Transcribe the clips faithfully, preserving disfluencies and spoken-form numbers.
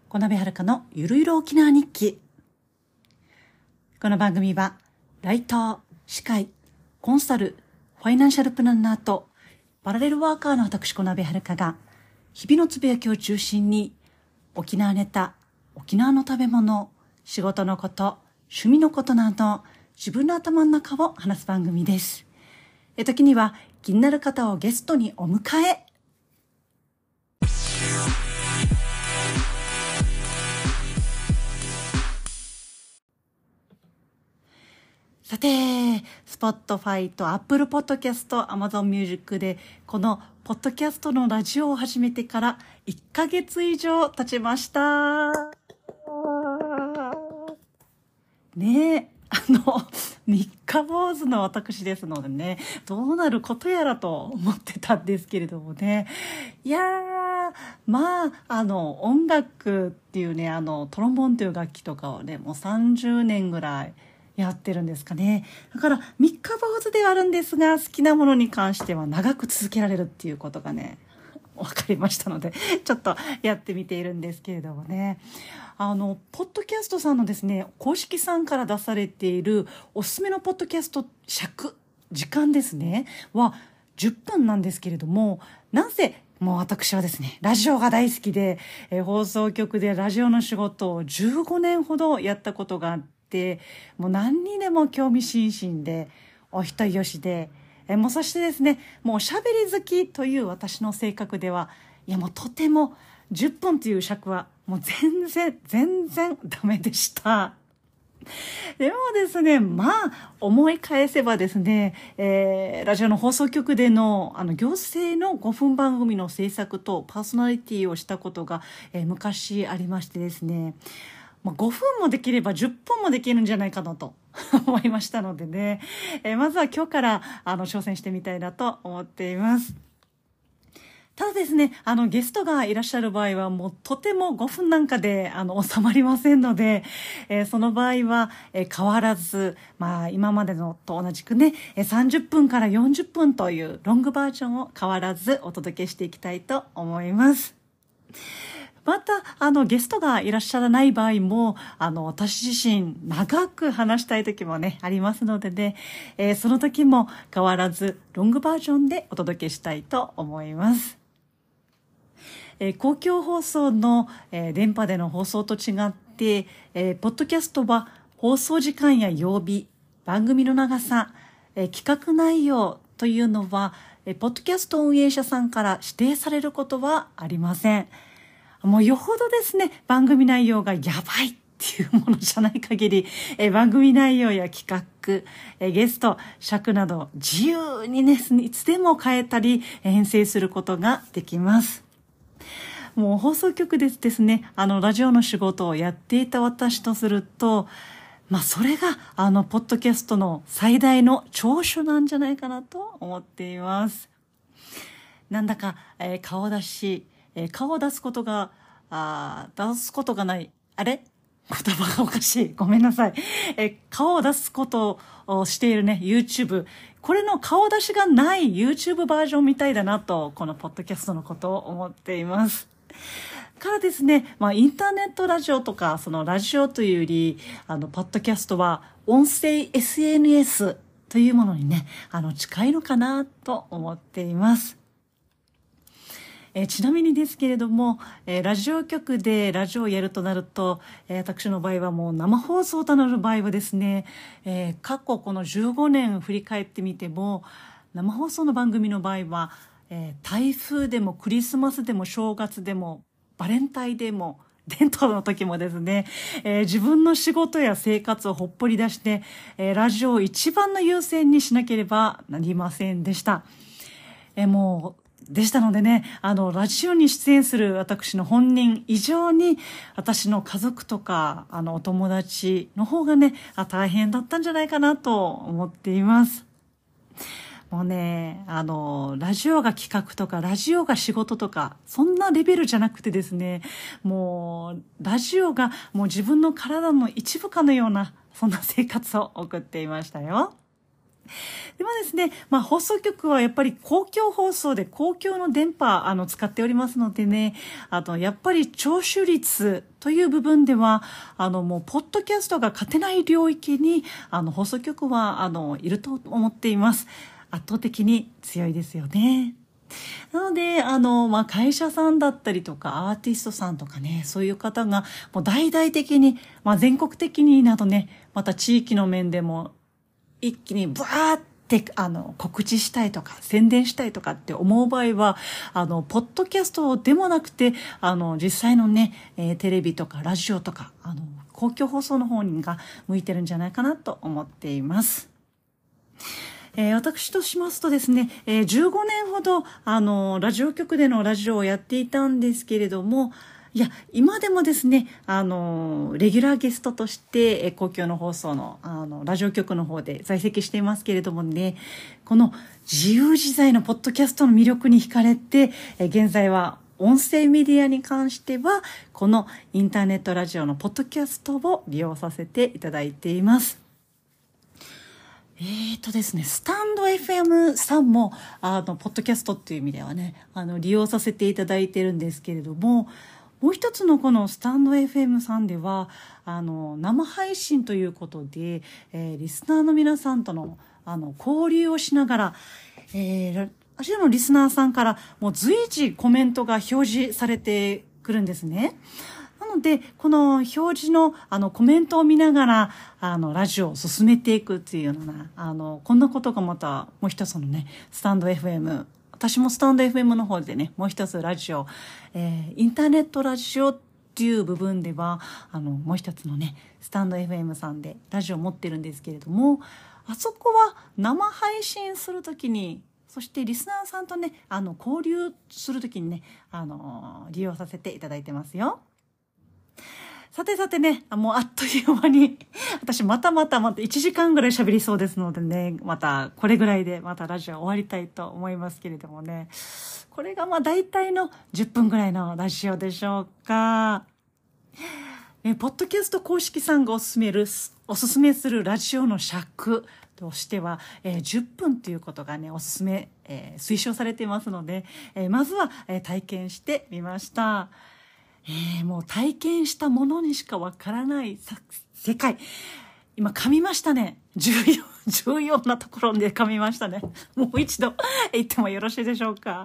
小鍋はるかのゆるゆる沖縄日記。この番組はライター、司会、コンサル、ファイナンシャルプランナーとパラレルワーカーの私小鍋はるかが日々のつぶやきを中心に沖縄ネタ、沖縄の食べ物、仕事のこと、趣味のことなど自分の頭の中を話す番組です。え時には気になる方をゲストにお迎え。さて、Spotify と Apple Podcast、Amazon Music でこのポッドキャストのラジオを始めてからいっかげつ以上経ちました。ねえ、あの三日坊主の私ですのでね、どうなることやらと思ってたんですけれどもね。いやー、まああの音楽っていうね、あのトロンボーンという楽器とかをね、もうさんじゅうねんぐらいやってるんですかね。だから三日坊主ではあるんですが、好きなものに関しては長く続けられるっていうことがね分かりましたので、ちょっとやってみているんですけれどもね、あのポッドキャストさんのですね、公式さんから出されているおすすめのポッドキャスト尺時間ですねはじゅっぷんなんですけれども、なんせもう私はですね、ラジオが大好きで、えー、放送局でラジオの仕事をじゅうごねんほどやったことがあって、もう何にでも興味津々でお人よしで、えもうそしてですね、もう喋り好きという私の性格では、いやもうとてもじゅっぷんという尺はもう全然全然ダメでした。でもですね、まあ思い返せばですね、えー、ラジオの放送局でのあの行政のごふん番組の制作とパーソナリティをしたことが、えー、昔ありましてですね、まあ、ごふんもできればじゅっぷんもできるんじゃないかなと思いましたのでね、えー、まずは今日からあの挑戦してみたいなと思っています。ただですね、あのゲストがいらっしゃる場合はもうとてもごふんなんかであの収まりませんので、えー、その場合は、えー、変わらず、まあ、今までのと同じくね、さんじゅっぷんからよんじゅっぷんというロングバージョンを変わらずお届けしていきたいと思います。またあのゲストがいらっしゃらない場合も、あの私自身長く話したい時もねありますのでね、えー、その時も変わらずロングバージョンでお届けしたいと思います。えー、公共放送の、えー、電波での放送と違って、えー、ポッドキャストは放送時間や曜日、番組の長さ、えー、企画内容というのは、えー、ポッドキャスト運営者さんから指定されることはありません。もうよほどですね、番組内容がやばいっていうものじゃない限り、え番組内容や企画、えゲスト、尺など自由にね、いつでも変えたり編成することができます。もう放送局でですね、あのラジオの仕事をやっていた私とすると、まあそれがあのポッドキャストの最大の長所なんじゃないかなと思っています。なんだか、えー、顔出し、えー、顔を出すことがあ出すことがないあれ言葉がおかしい、ごめんなさい、えー、顔を出すことをしているね YouTube、 これの顔出しがない YouTube バージョンみたいだなと、このポッドキャストのことを思っています。からですね、まあ、インターネットラジオとかそのラジオというよりあのポッドキャストは音声 エスエヌエス というものにね、あの近いのかなと思っています。えー、ちなみにですけれども、えー、ラジオ局でラジオをやるとなると、えー、私の場合はもう生放送となる場合はですね、えー、過去このじゅうごねん振り返ってみても、生放送の番組の場合は、えー、台風でもクリスマスでも正月でもバレンタインでも伝統の時もですね、えー、自分の仕事や生活をほっぽり出して、えー、ラジオを一番の優先にしなければなりませんでした。えー、もうでしたのでね、あのラジオに出演する私の本人以上に私の家族とかあのお友達の方がね、あ大変だったんじゃないかなと思っています。もうね、あのラジオが企画とかラジオが仕事とかそんなレベルじゃなくてですね、もうラジオがもう自分の体の一部かのようなそんな生活を送っていましたよ。 でもですね、まあ放送局はやっぱり公共放送で公共の電波あの使っておりますのでね、あのやっぱり聴取率という部分ではあのもうポッドキャストが勝てない領域にあの放送局はあのいると思っています。圧倒的に強いですよね。なので、あの、まあ、会社さんだったりとか、アーティストさんとかね、そういう方が、もう大々的に、まあ、全国的になどね、また地域の面でも、一気にブワーって、あの、告知したいとか、宣伝したいとかって思う場合は、あの、ポッドキャストでもなくて、あの、実際のね、えー、テレビとかラジオとか、あの、公共放送の方が向いてるんじゃないかなと思っています。えー、私としますとですね、えー、じゅうごねんほど、あの、ラジオ局でのラジオをやっていたんですけれども、いや、今でもですね、あの、レギュラーゲストとして、えー、公共の放送の、あの、ラジオ局の方で在籍していますけれどもね、この自由自在のポッドキャストの魅力に惹かれて、えー、現在は音声メディアに関しては、このインターネットラジオのポッドキャストを利用させていただいています。えーとですね、スタンド エフエム さんも、あの、ポッドキャストっていう意味ではね、あの、利用させていただいてるんですけれども、もう一つのこのスタンド エフエム さんでは、あの、生配信ということで、えー、リスナーの皆さんとの、あの、交流をしながら、えー、あちらのリスナーさんからもう随時コメントが表示されてくるんですね。なので、この表示のあのコメントを見ながら、あの、ラジオを進めていくっていうような、あの、こんなことがまたもう一つのね、スタンド エフエム、私もスタンド エフエム の方でね、もう一つラジオ、えー、インターネットラジオっていう部分では、あの、もう一つのね、スタンド エフエム さんでラジオを持ってるんですけれども、あそこは生配信するときに、そしてリスナーさんとね、あの、交流するときにね、あの、利用させていただいてますよ。さてさてね、もうあっという間に、私またまたまたいちじかんぐらい喋りそうですのでね、またこれぐらいでまたラジオ終わりたいと思いますけれどもね。これがまあ大体のじゅっぷんぐらいのラジオでしょうか。え、ポッドキャスト公式さんがおすすめる、おすすめするラジオの尺としては、えー、じゅっぷんということがね、おすすめ、えー、推奨されていますので、えー、まずは、えー、体験してみました。えー、もう体験したものにしかわからない世界。今噛みましたね。重要、重要なところで噛みましたね。もう一度言ってもよろしいでしょうか。はい、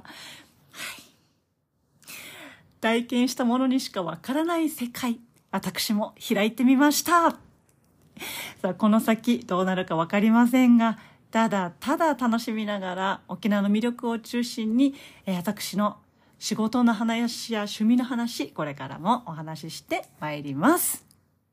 体験したものにしかわからない世界。私も開いてみました。さあ、この先どうなるかわかりませんが、ただただ楽しみながら沖縄の魅力を中心に、えー、私の仕事の話や趣味の話、これからもお話ししてまいります。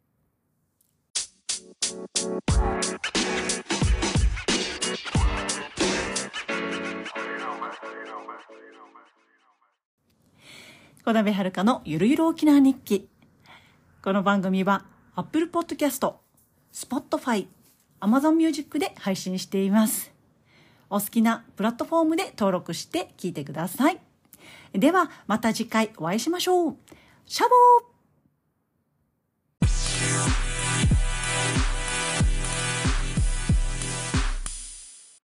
小鍋遥のゆるゆる沖縄日記。この番組は Apple Podcast、Spotify、Amazon Music で配信しています。お好きなプラットフォームで登録して聞いてください。ではまた次回お会いしましょう。シャボー。